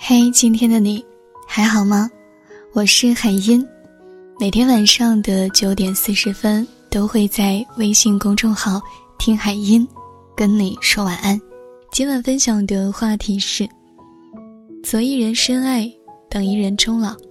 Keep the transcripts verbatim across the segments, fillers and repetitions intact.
嘿，今天的你还好吗？我是海音，每天晚上的九点四十分都会在微信公众号听海音跟你说晚安。今晚分享的话题是择一人深爱，等一人终老。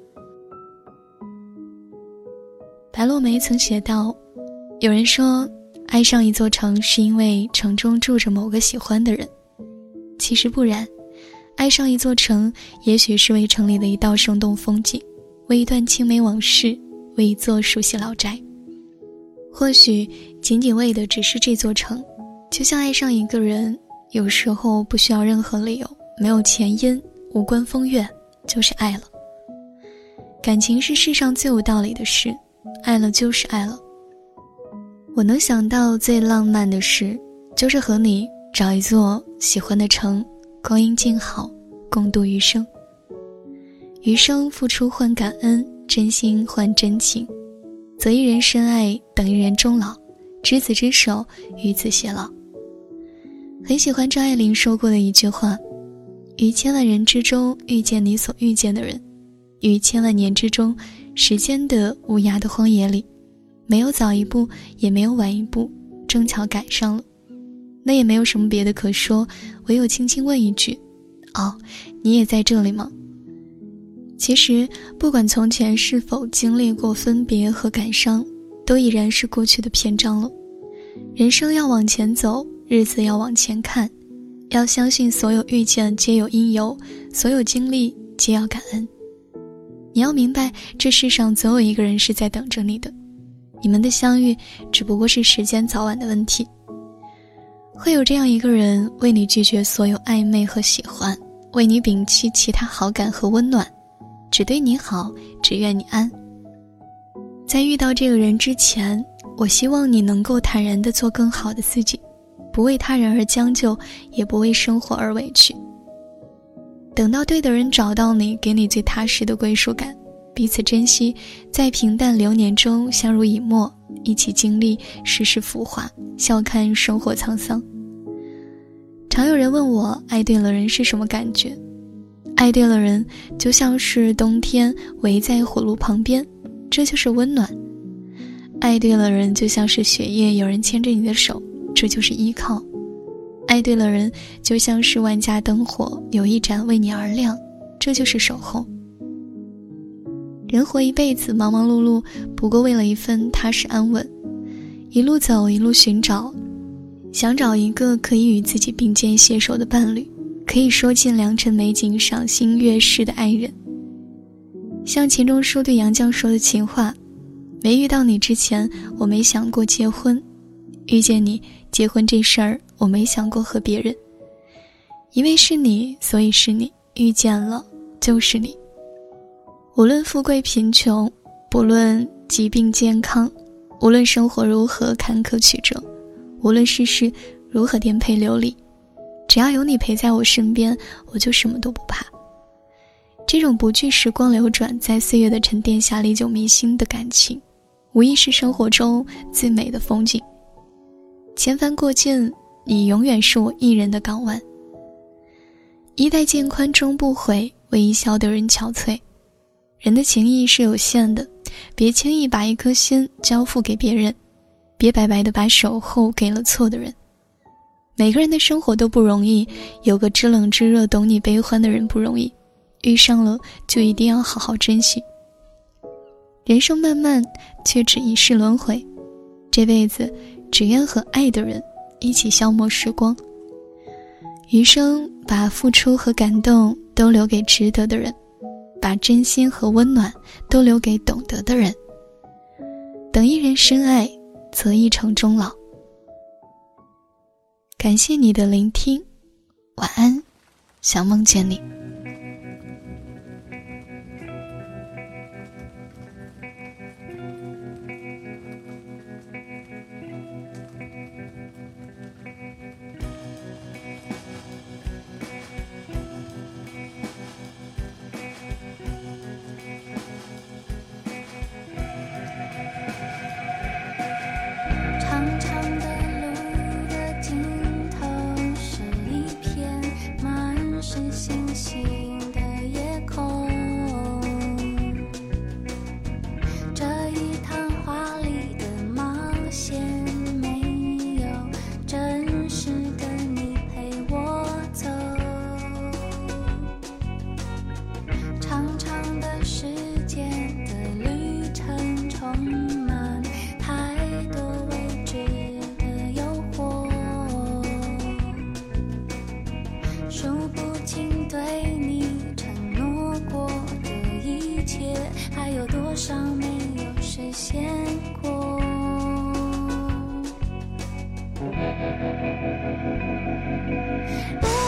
白落梅曾写道，有人说爱上一座城是因为城中住着某个喜欢的人，其实不然，爱上一座城也许是为城里的一道生动风景，为一段青梅往事，为一座熟悉老宅。或许仅仅为的只是这座城，就像爱上一个人，有时候不需要任何理由，没有前因，无关风月，就是爱了。感情是世上最有道理的事，爱了就是爱了。我能想到最浪漫的事，就是和你找一座喜欢的城，光阴静好，共度余生。余生付出换感恩，真心换真情，择一人深爱，等一人终老，执子之手，与子偕老。很喜欢张爱玲说过的一句话，于千万人之中遇见你所遇见的人，于千万年之中时间的无涯的荒野里，没有早一步也没有晚一步，正巧赶上了。那也没有什么别的可说，唯有轻轻问一句，哦，你也在这里吗？其实不管从前是否经历过分别和感伤，都已然是过去的篇章了。人生要往前走，日子要往前看，要相信所有遇见皆有因由，所有经历皆要感恩。你要明白，这世上总有一个人是在等着你的，你们的相遇只不过是时间早晚的问题。会有这样一个人，为你拒绝所有暧昧和喜欢，为你摒弃其他好感和温暖，只对你好，只愿你安。在遇到这个人之前，我希望你能够坦然地做更好的自己，不为他人而将就，也不为生活而委屈。等到对的人找到你，给你最踏实的归属感，彼此珍惜，在平淡流年中相濡以沫，一起经历世事浮华，笑看生活沧桑。常有人问我，爱对了人是什么感觉？爱对了人，就像是冬天围在火炉旁边，这就是温暖。爱对了人，就像是雪夜有人牵着你的手，这就是依靠。爱对了人，就像是万家灯火有一盏为你而亮，这就是守候。人活一辈子，忙忙碌碌，不过为了一份踏实安稳。一路走，一路寻找，想找一个可以与自己并肩携手的伴侣，可以说尽良辰美景，赏心悦事的爱人。像钱钟书对杨绛说的情话，没遇到你之前，我没想过结婚，遇见你，结婚这事儿，我没想过和别人。因为是你，所以是你，遇见了，就是你。无论富贵贫穷，不论疾病健康，无论生活如何坎坷曲折，无论世事如何颠沛流离，只要有你陪在我身边，我就什么都不怕。这种不惧时光流转，在岁月的沉淀下历久弥新的感情，无疑是生活中最美的风景。千帆过尽，你永远是我一人的港湾。衣带渐宽终不悔，为伊消得人憔悴。人的情谊是有限的，别轻易把一颗心交付给别人，别白白地把守候给了错的人。每个人的生活都不容易，有个知冷知热懂你悲欢的人不容易，遇上了就一定要好好珍惜。人生漫漫，却只一世轮回，这辈子只愿和爱的人一起消磨时光。余生把付出和感动都留给值得的人，把真心和温暖都留给懂得的人。等一人深爱，择一城终老。感谢你的聆听，晚安，想梦见你。 长长的路的尽头是一片满是星星。 数不清对你承诺过的一切，还有多少没有实现过。不